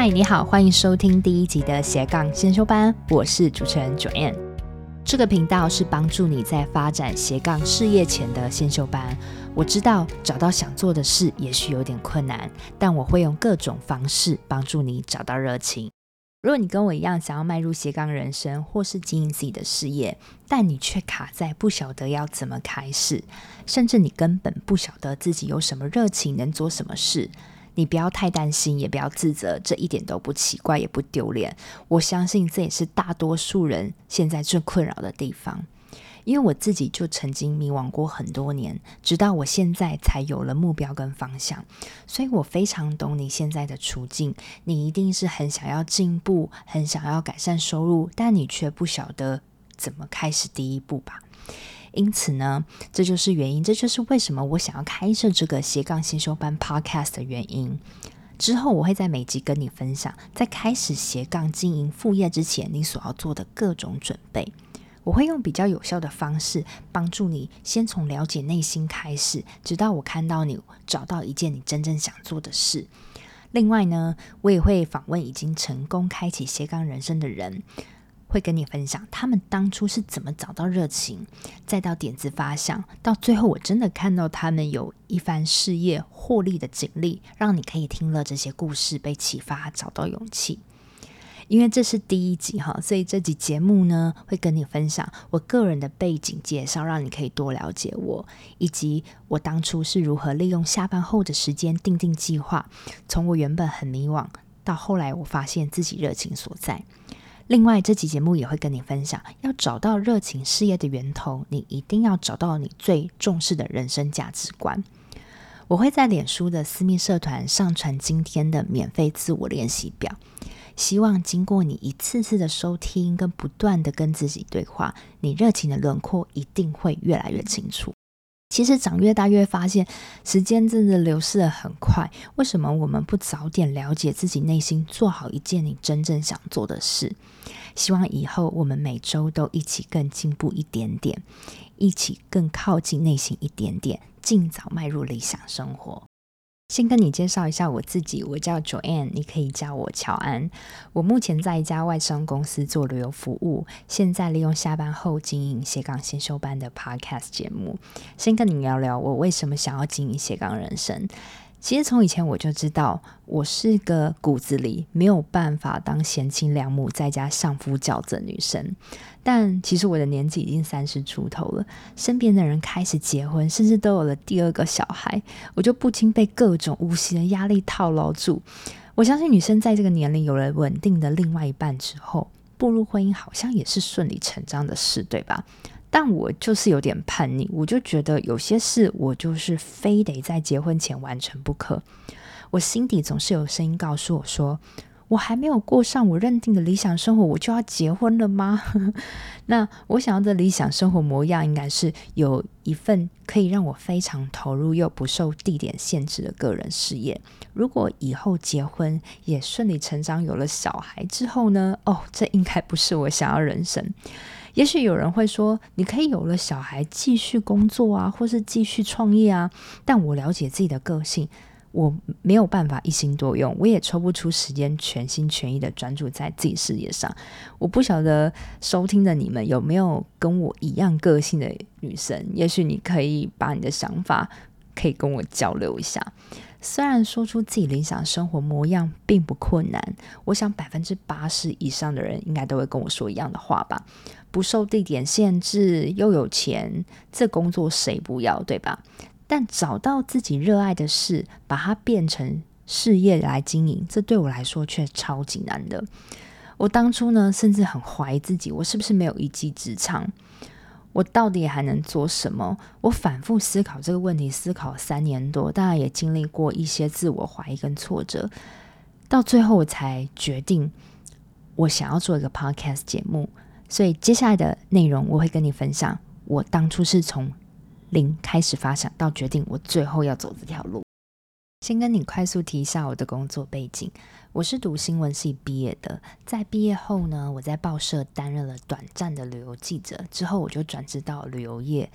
嗨，你好，欢迎收听第1集的斜杠先修班，我是主持人 Joanne。这个频道是帮助你在发展斜杠事业前的先修班。我知道找到想做的事也许有点困难，但我会用各种方式帮助你找到热情。如果你跟我一样想要迈入斜杠人生，或是经营自己的事业，但你却卡在不晓得要怎么开始，甚至你根本不晓得自己有什么热情能做什么事，你不要太担心，也不要自责，这一点都不奇怪，也不丢脸。我相信这也是大多数人现在最困扰的地方。因为我自己就曾经迷惘过很多年，直到我现在才有了目标跟方向，所以我非常懂你现在的处境。你一定是很想要进步，很想要改善收入，但你却不晓得怎么开始第一步吧。因此呢，这就是原因，这就是为什么我想要开设这个斜杠先修班 podcast 的原因。之后我会在每集跟你分享，在开始斜杠经营副业之前，你所要做的各种准备。我会用比较有效的方式帮助你先从了解内心开始，直到我看到你找到一件你真正想做的事。另外呢，我也会访问已经成功开启斜杠人生的人，会跟你分享他们当初是怎么找到热情，再到点子发想，到最后我真的看到他们有一番事业获利的经历，让你可以听了这些故事被启发，找到勇气。因为这是第1集所以这集节目呢会跟你分享我个人的背景介绍，让你可以多了解我，以及我当初是如何利用下班后的时间订定计划，从我原本很迷惘到后来我发现自己热情所在。另外这集节目也会跟你分享，要找到热情事业的源头，你一定要找到你最重视的人生价值观。我会在脸书的私密社团上传今天的免费自我练习表，希望经过你一次次的收听跟不断的跟自己对话，你热情的轮廓一定会越来越清楚。其实长越大越发现时间真的流逝得很快，为什么我们不早点了解自己内心，做好一件你真正想做的事？希望以后我们每周都一起更进步一点点，一起更靠近内心一点点，尽早迈入理想生活。先跟你介绍一下我自己，我叫 Joanne， 你可以叫我乔安。我目前在一家外商公司做旅游服务，现在利用下班后经营斜杠先修班的 podcast 节目。先跟你聊聊我为什么想要经营斜杠人生。其实从以前我就知道，我是个骨子里没有办法当贤妻良母在家相夫教子的女生，但其实我的年纪已经30出头了，身边的人开始结婚，甚至都有了第2个小孩，我就不禁被各种无形的压力套牢住。我相信女生在这个年龄有了稳定的另外一半之后，步入婚姻好像也是顺理成章的事，对吧？但我就是有点叛逆，我就觉得有些事我就是非得在结婚前完成不可。我心底总是有声音告诉我说，我还没有过上我认定的理想生活，我就要结婚了吗？那我想要的理想生活模样应该是有一份可以让我非常投入又不受地点限制的个人事业。如果以后结婚也顺理成章有了小孩之后呢，这应该不是我想要人生。也许有人会说，你可以有了小孩继续工作啊，或是继续创业啊，但我了解自己的个性，我没有办法一心多用，我也抽不出时间全心全意的专注在自己事业上。我不晓得收听的你们有没有跟我一样个性的女生，也许你可以把你的想法可以跟我交流一下。虽然说出自己理想生活模样并不困难，我想80%以上的人应该都会跟我说一样的话吧。不受地点限制，又有钱，这工作谁不要，对吧？但找到自己热爱的事，把它变成事业来经营，这对我来说却超级难的。我当初呢，甚至很怀疑自己，我是不是没有一技之长？我到底还能做什么？我反复思考这个问题，思考3年多，当然也经历过一些自我怀疑跟挫折，到最后我才决定，我想要做一个 podcast 节目。所以接下来的内容我会跟你分享，我当初是从零开始发想，到决定我最后要走这条路。先跟你快速提一下我的工作背景，我是读新闻系毕业的，在毕业后呢，我在报社担任了短暂的旅游记者，之后我就转职到旅游业，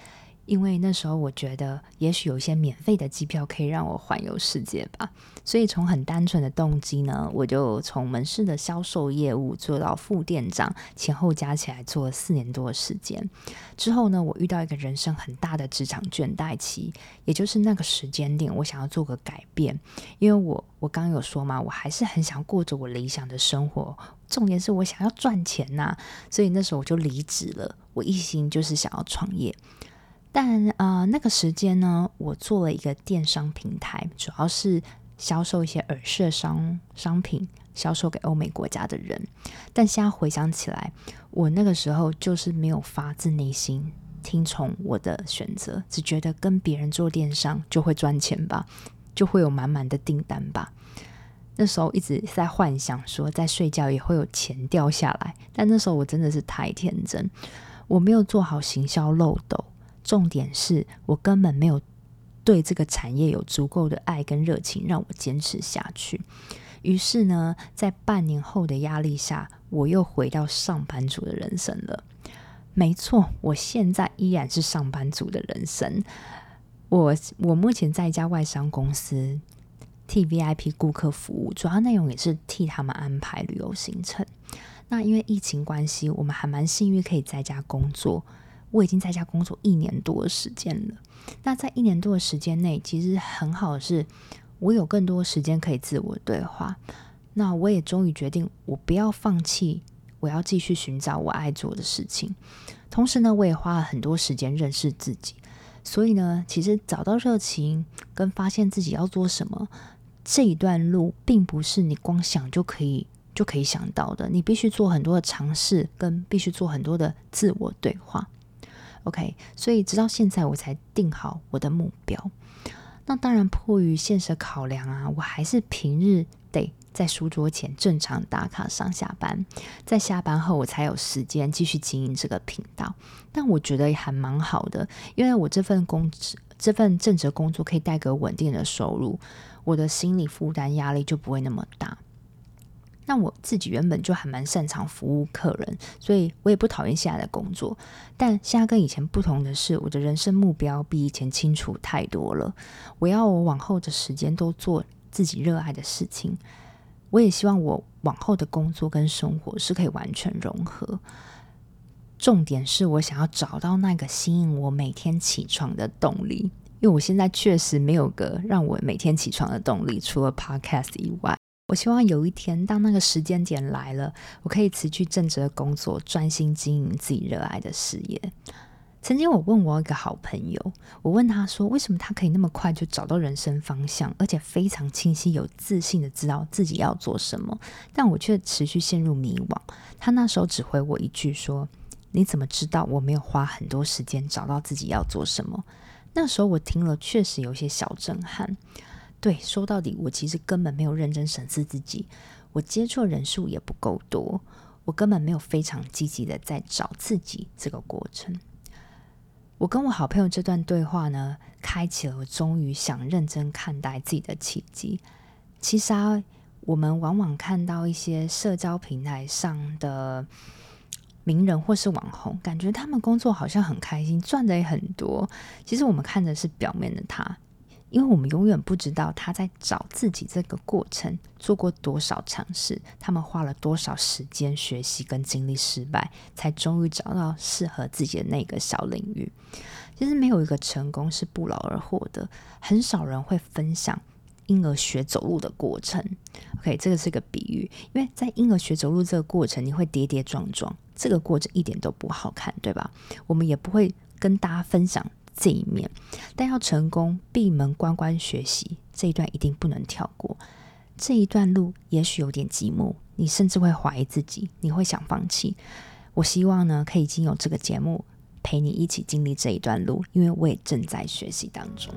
因为那时候我觉得也许有一些免费的机票可以让我环游世界吧，所以从很单纯的动机呢，我就从门市的销售业务做到副店长，前后加起来做了4年多的时间。之后呢，我遇到一个人生很大的职场倦怠期，也就是那个时间点我想要做个改变。因为我刚刚有说嘛，我还是很想过着我理想的生活，重点是我想要赚钱啊，所以那时候我就离职了，我一心就是想要创业。但那个时间呢，我做了一个电商平台，主要是销售一些耳饰商品，销售给欧美国家的人。但现在回想起来，我那个时候就是没有发自内心听从我的选择，只觉得跟别人做电商就会赚钱吧，就会有满满的订单吧。那时候一直在幻想说在睡觉也会有钱掉下来，但那时候我真的是太天真，我没有做好行销漏斗，重点是我根本没有对这个产业有足够的爱跟热情让我坚持下去。于是呢，在半年后的压力下，我又回到上班族的人生了。没错，我现在依然是上班族的人生。我目前在一家外商公司替 VIP 顾客服务，主要内容也是替他们安排旅游行程。那因为疫情关系，我们还蛮幸运可以在家工作。我已经在家工作1年多的时间了。那在1年多的时间内，其实很好的是，我有更多时间可以自我对话。那我也终于决定，我不要放弃，我要继续寻找我爱做的事情。同时呢，我也花了很多时间认识自己。所以呢，其实找到热情跟发现自己要做什么，这一段路并不是你光想就可以想到的，你必须做很多的尝试，跟必须做很多的自我对话。OK， 所以直到现在我才定好我的目标。那当然迫于现实考量啊，我还是平日得在书桌前正常打卡上下班，在下班后我才有时间继续经营这个频道。但我觉得也还蛮好的，因为我这份正职工作可以带给我稳定的收入，我的心理负担压力就不会那么大。那我自己原本就还蛮擅长服务客人，所以我也不讨厌现在的工作。但现在跟以前不同的是，我的人生目标比以前清楚太多了。我往后的时间都做自己热爱的事情。我也希望我往后的工作跟生活是可以完全融合。重点是我想要找到那个吸引我每天起床的动力，因为我现在确实没有个让我每天起床的动力，除了 podcast 以外。我希望有一天当那个时间点来了，我可以辞去正职的工作，专心经营自己热爱的事业。曾经我问我一个好朋友，我问他说为什么他可以那么快就找到人生方向，而且非常清晰有自信的知道自己要做什么，但我却持续陷入迷惘。他那时候只回我一句说，你怎么知道我没有花很多时间找到自己要做什么？那时候我听了确实有些小震撼。对，说到底我其实根本没有认真审视自己，我接触人数也不够多，我根本没有非常积极的在找自己这个过程。我跟我好朋友这段对话呢，开启了我终于想认真看待自己的契机。其实我们往往看到一些社交平台上的名人或是网红，感觉他们工作好像很开心，赚的也很多。其实我们看的是表面的他，因为我们永远不知道他在找自己这个过程做过多少尝试，他们花了多少时间学习跟经历失败，才终于找到适合自己的那个小领域。其实没有一个成功是不劳而获的，很少人会分享婴儿学走路的过程。 OK， 这个是个比喻，因为在婴儿学走路这个过程你会跌跌撞撞，这个过程一点都不好看，对吧？我们也不会跟大家分享这一面，但要成功闭门关关学习，这一段一定不能跳过。这一段路也许有点寂寞，你甚至会怀疑自己，你会想放弃。我希望呢，可以经由这个节目陪你一起经历这一段路，因为我也正在学习当中。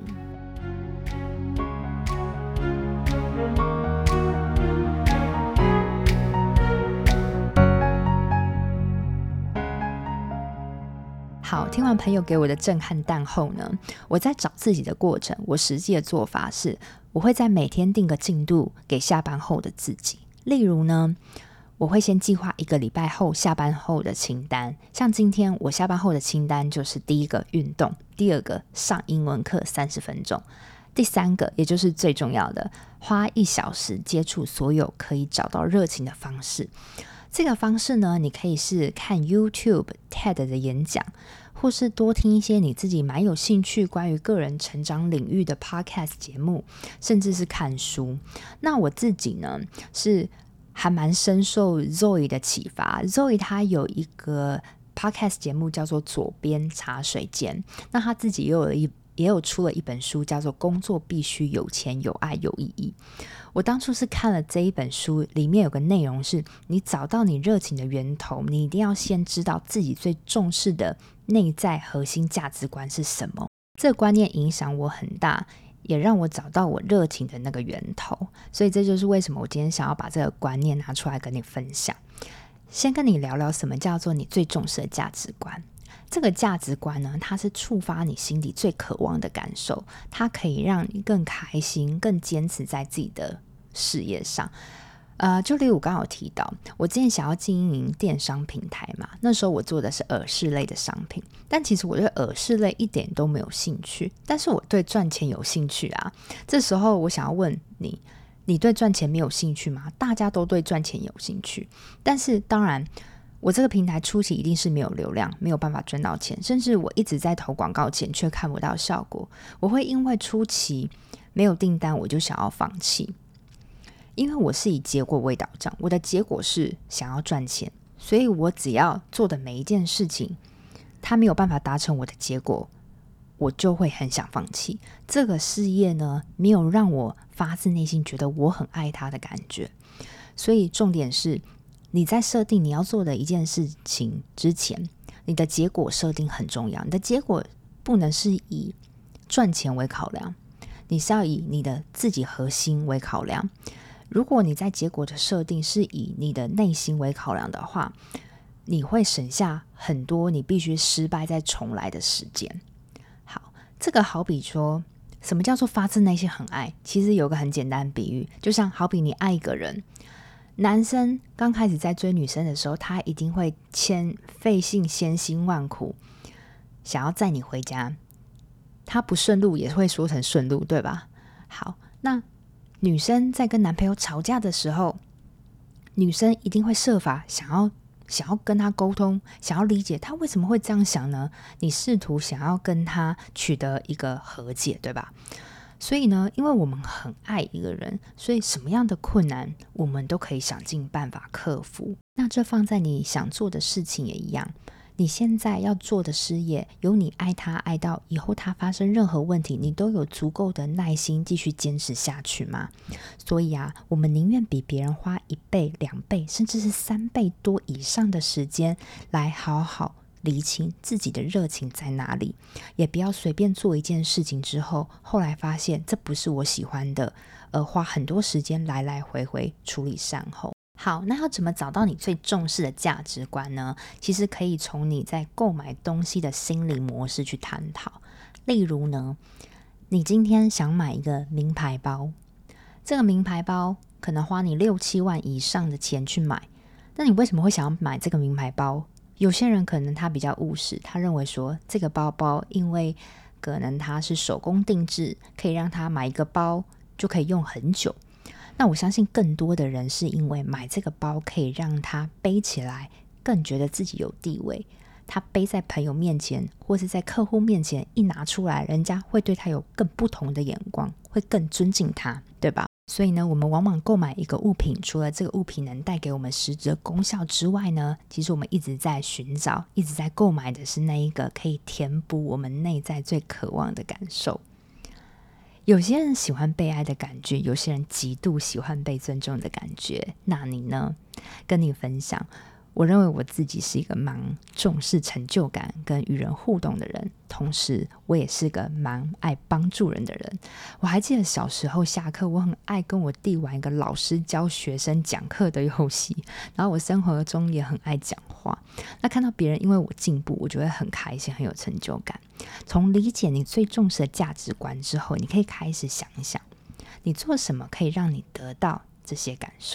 好，听完朋友给我的震撼弹后呢，我在找自己的过程，我实际的做法是，我会在每天定个进度给下班后的自己。例如呢， 我会先计划1个礼拜后下班后的清单，像今天我下班后的清单就是第一个运动，第二个上英文课30分钟，第三个也就是最重要的，花1小时接触所有可以找到热情的方式。这个方式呢，你可以是看 YouTube、TED 的演讲，或是多听一些你自己蛮有兴趣关于个人成长领域的 Podcast 节目，甚至是看书。那我自己呢，是还蛮深受 Zoe 的启发。Zoe 她有一个 Podcast 节目叫做左边茶水间，那她自己也有出了一本书叫做工作必须有钱有爱有意义。我当初是看了这一本书，里面有个内容是你找到你热情的源头，你一定要先知道自己最重视的内在核心价值观是什么。这个观念影响我很大，也让我找到我热情的那个源头，所以这就是为什么我今天想要把这个观念拿出来跟你分享。先跟你聊聊什么叫做你最重视的价值观。这个价值观呢，它是触发你心底最渴望的感受，它可以让你更开心，更坚持在自己的事业上。就例如我刚刚有提到，我之前想要经营电商平台嘛，那时候我做的是耳饰类的商品，但其实我对耳饰类一点都没有兴趣，但是我对赚钱有兴趣啊。这时候我想要问你，你对赚钱没有兴趣吗？大家都对赚钱有兴趣，但是当然我这个平台初期一定是没有流量，没有办法赚到钱，甚至我一直在投广告钱却看不到效果。我会因为初期没有订单我就想要放弃，因为我是以结果为导向，我的结果是想要赚钱，所以我只要做的每一件事情它没有办法达成我的结果，我就会很想放弃。这个事业呢，没有让我发自内心觉得我很爱它的感觉。所以重点是你在设定你要做的一件事情之前，你的结果设定很重要。你的结果不能是以赚钱为考量，你是要以你的自己核心为考量。如果你在结果的设定是以你的内心为考量的话，你会省下很多你必须失败再重来的时间。好，这个好比说什么叫做发自内心很爱，其实有个很简单的比喻，就像好比你爱一个人，男生刚开始在追女生的时候，他一定会费尽千辛万苦想要载你回家，他不顺路也会说成顺路，对吧？好，那女生在跟男朋友吵架的时候，女生一定会设法想要跟他沟通，想要理解他为什么会这样想呢？你试图想要跟他取得一个和解，对吧？所以呢，因为我们很爱一个人，所以什么样的困难我们都可以想尽办法克服。那这放在你想做的事情也一样，你现在要做的事业，有你爱他爱到以后他发生任何问题，你都有足够的耐心继续坚持下去吗？所以啊，我们宁愿比别人花1倍、2倍，甚至是3倍多以上的时间来好好厘清自己的热情在哪里，也不要随便做一件事情之后，后来发现这不是我喜欢的，而花很多时间来来回回处理善后。好，那要怎么找到你最重视的价值观呢？其实可以从你在购买东西的心理模式去探讨。例如呢，你今天想买一个名牌包，这个名牌包可能花你6、7万以上的钱去买，那你为什么会想要买这个名牌包？有些人可能他比较务实，他认为说这个包包因为可能它是手工定制，可以让他买一个包就可以用很久。那我相信更多的人是因为买这个包可以让他背起来更觉得自己有地位，他背在朋友面前或是在客户面前一拿出来，人家会对他有更不同的眼光，会更尊敬他，对吧？所以呢，我们往往购买一个物品，除了这个物品能带给我们实质的功效之外呢，其实我们一直在寻找，一直在购买的是那一个可以填补我们内在最渴望的感受。有些人喜欢被爱的感觉，有些人极度喜欢被尊重的感觉，那你呢？跟你分享，我认为我自己是一个蛮重视成就感跟与人互动的人，同时我也是个蛮爱帮助人的人。我还记得小时候下课，我很爱跟我弟玩一个老师教学生讲课的游戏，然后我生活中也很爱讲话，那看到别人因为我进步，我就会很开心，很有成就感。从理解你最重视的价值观之后，你可以开始想一想，你做什么可以让你得到这些感受。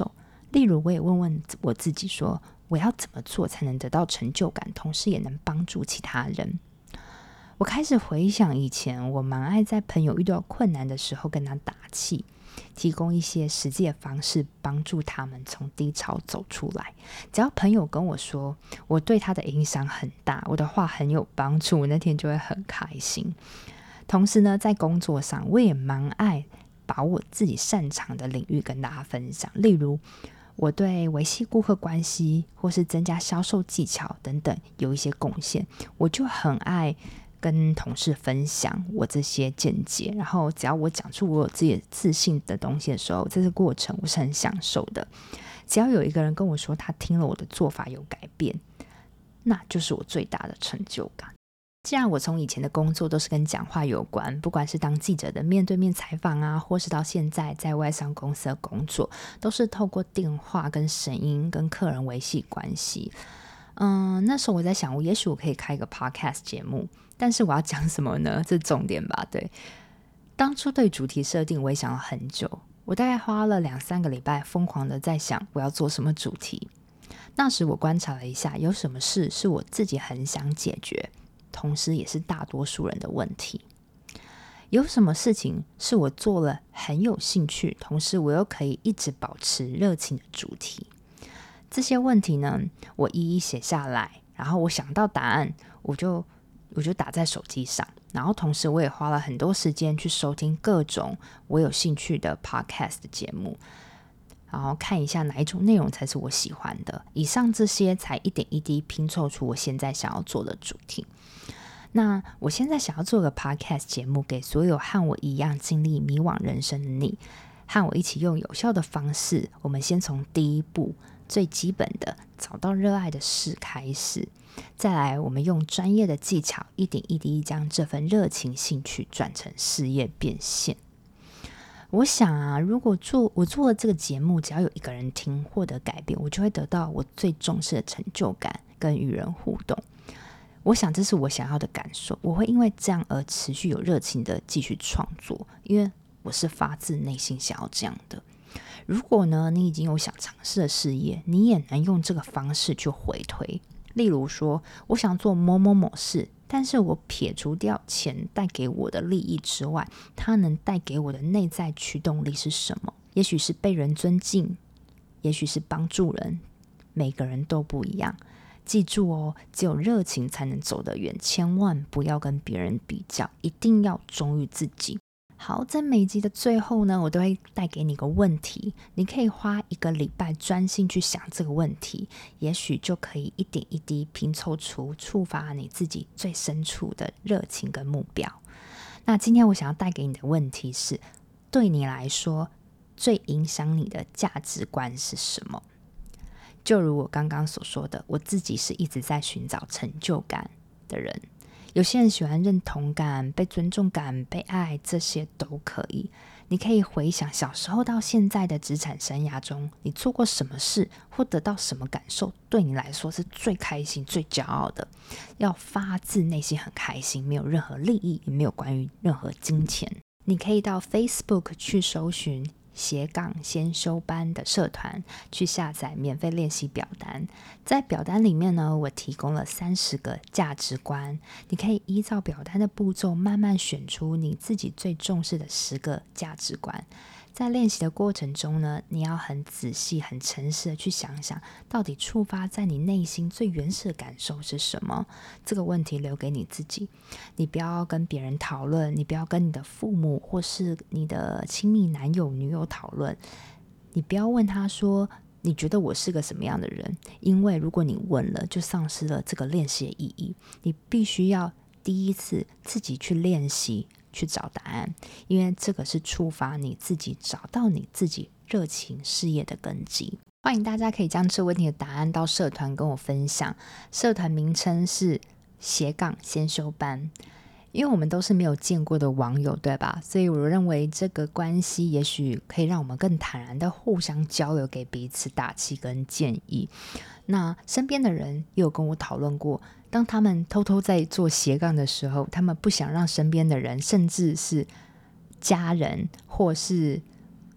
例如我也问问我自己说，我要怎么做才能得到成就感，同时也能帮助其他人。我开始回想以前我蛮爱在朋友遇到困难的时候跟他打气，提供一些实际的方式帮助他们从低潮走出来。只要朋友跟我说我对他的影响很大，我的话很有帮助，我那天就会很开心。同时呢，在工作上我也蛮爱把我自己擅长的领域跟大家分享，例如我对维系顾客关系或是增加销售技巧等等有一些贡献，我就很爱跟同事分享我这些见解，然后只要我讲出我有自己的自信的东西的时候，这个过程我是很享受的。只要有一个人跟我说他听了我的做法有改变，那就是我最大的成就感。既然我从以前的工作都是跟讲话有关，不管是当记者的面对面采访啊，或是到现在在外商公司的工作，都是透过电话跟声音跟客人维系关系。那时候我在想，也许我可以开一个 podcast 节目，但是我要讲什么呢？这是重点吧？对，当初对主题设定我也想了很久，我大概花了2-3个礼拜疯狂的在想我要做什么主题。那时我观察了一下，有什么事是我自己很想解决，同时也是大多数人的问题。有什么事情是我做了很有兴趣，同时我又可以一直保持热情的主题。这些问题呢，我一一写下来，然后我想到答案，我就打在手机上，然后同时我也花了很多时间去收听各种我有兴趣的 podcast 的节目，然后看一下哪一种内容才是我喜欢的。以上这些才一点一滴拼凑出我现在想要做的主题。那我现在想要做个 podcast 节目，给所有和我一样经历迷惘人生的你，和我一起用有效的方式，我们先从第一步最基本的找到热爱的事开始，再来我们用专业的技巧一点一滴将这份热情兴趣转成事业变现。我想啊，如果我做了这个节目，只要有一个人听获得改变，我就会得到我最重视的成就感跟与人互动。我想这是我想要的感受，我会因为这样而持续有热情的继续创作，因为我是发自内心想要这样的。如果呢，你已经有想尝试的事业，你也能用这个方式去回推。例如说，我想做某某某事，但是我撇除掉钱带给我的利益之外，它能带给我的内在驱动力是什么？也许是被人尊敬，也许是帮助人，每个人都不一样。记住哦，只有热情才能走得远，千万不要跟别人比较，一定要忠于自己。好，在每集的最后呢，我都会带给你个问题，你可以花1个礼拜专心去想这个问题，也许就可以一点一滴拼凑出触发你自己最深处的热情跟目标。那今天我想要带给你的问题是，对你来说最影响你的价值观是什么？就如我刚刚所说的，我自己是一直在寻找成就感的人。有些人喜欢认同感、被尊重感、被爱，这些都可以。你可以回想小时候到现在的职场生涯中，你做过什么事或得到什么感受，对你来说是最开心、最骄傲的。要发自内心很开心，没有任何利益，也没有关于任何金钱。你可以到 Facebook 去搜寻先修班的社团，去下载免费练习表单。在表单里面呢，我提供了30个价值观，你可以依照表单的步骤慢慢选出你自己最重视的10个价值观。在练习的过程中呢，你要很仔细很诚实的去想想，到底触发在你内心最原始的感受是什么。这个问题留给你自己，你不要跟别人讨论，你不要跟你的父母或是你的亲密男友女友讨论，你不要问他说你觉得我是个什么样的人，因为如果你问了，就丧失了这个练习的意义。你必须要第一次自己去练习，去找答案，因为这个是触发你自己找到你自己热情事业的根基。欢迎大家可以将这问题的答案到社团跟我分享，社团名称是先修班。因为我们都是没有见过的网友，对吧？所以我认为这个关系也许可以让我们更坦然的互相交流，给彼此打气跟建议。那身边的人也有跟我讨论过，当他们偷偷在做斜杠的时候，他们不想让身边的人，甚至是家人或是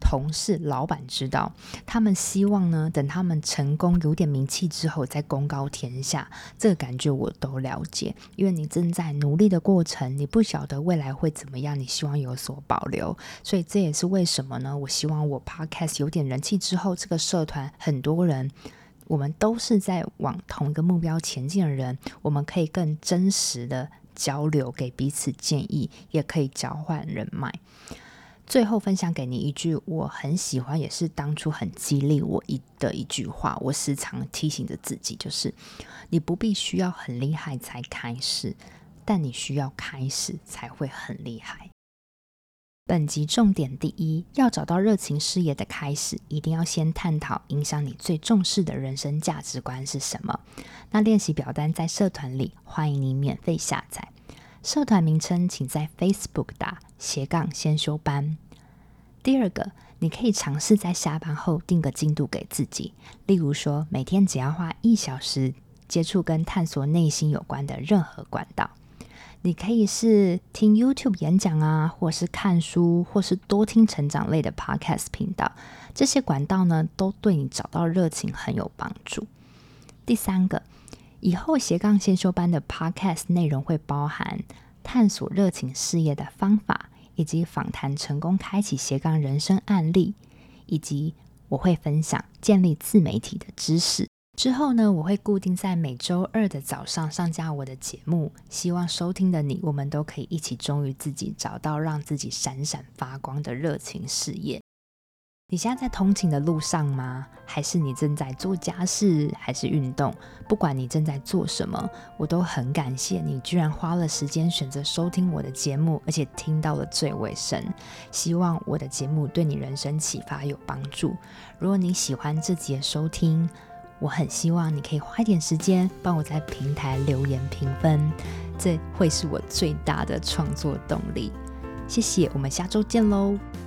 同事、老板知道，他们希望呢，等他们成功有点名气之后再公告天下。这个感觉我都了解，因为你正在努力的过程，你不晓得未来会怎么样，你希望有所保留。所以这也是为什么呢，我希望我 podcast 有点人气之后，这个社团很多人，我们都是在往同一个目标前进的人，我们可以更真实的交流，给彼此建议，也可以交换人脉。最后分享给你一句我很喜欢，也是当初很激励我的一句话，我时常提醒着自己，就是你不必需要很厉害才开始，但你需要开始才会很厉害。本集重点第一，要找到热情事业的开始，一定要先探讨影响你最重视的人生价值观是什么。那练习表单在社团里，欢迎你免费下载。社团名称请在 Facebook 打斜杠先修班。第二个，你可以尝试在下班后定个进度给自己，例如说每天只要花1小时接触跟探索内心有关的任何管道。你可以是听 YouTube 演讲啊，或是看书，或是多听成长类的 Podcast 频道。这些管道呢，都对你找到热情很有帮助。第三个，以后斜杠先修班的 Podcast 内容会包含探索热情事业的方法，以及访谈成功开启斜杠人生案例，以及我会分享建立自媒体的知识。之后呢，我会固定在每周二的早上上架我的节目，希望收听的你，我们都可以一起忠于自己，找到让自己闪闪发光的热情事业。你现在在通勤的路上吗？还是你正在做家事，还是运动？不管你正在做什么，我都很感谢你居然花了时间选择收听我的节目，而且听到了最尾声。希望我的节目对你人生启发有帮助。如果你喜欢这集的收听，我很希望你可以花一点时间帮我在平台留言评分，这会是我最大的创作动力。谢谢，我们下周见喽。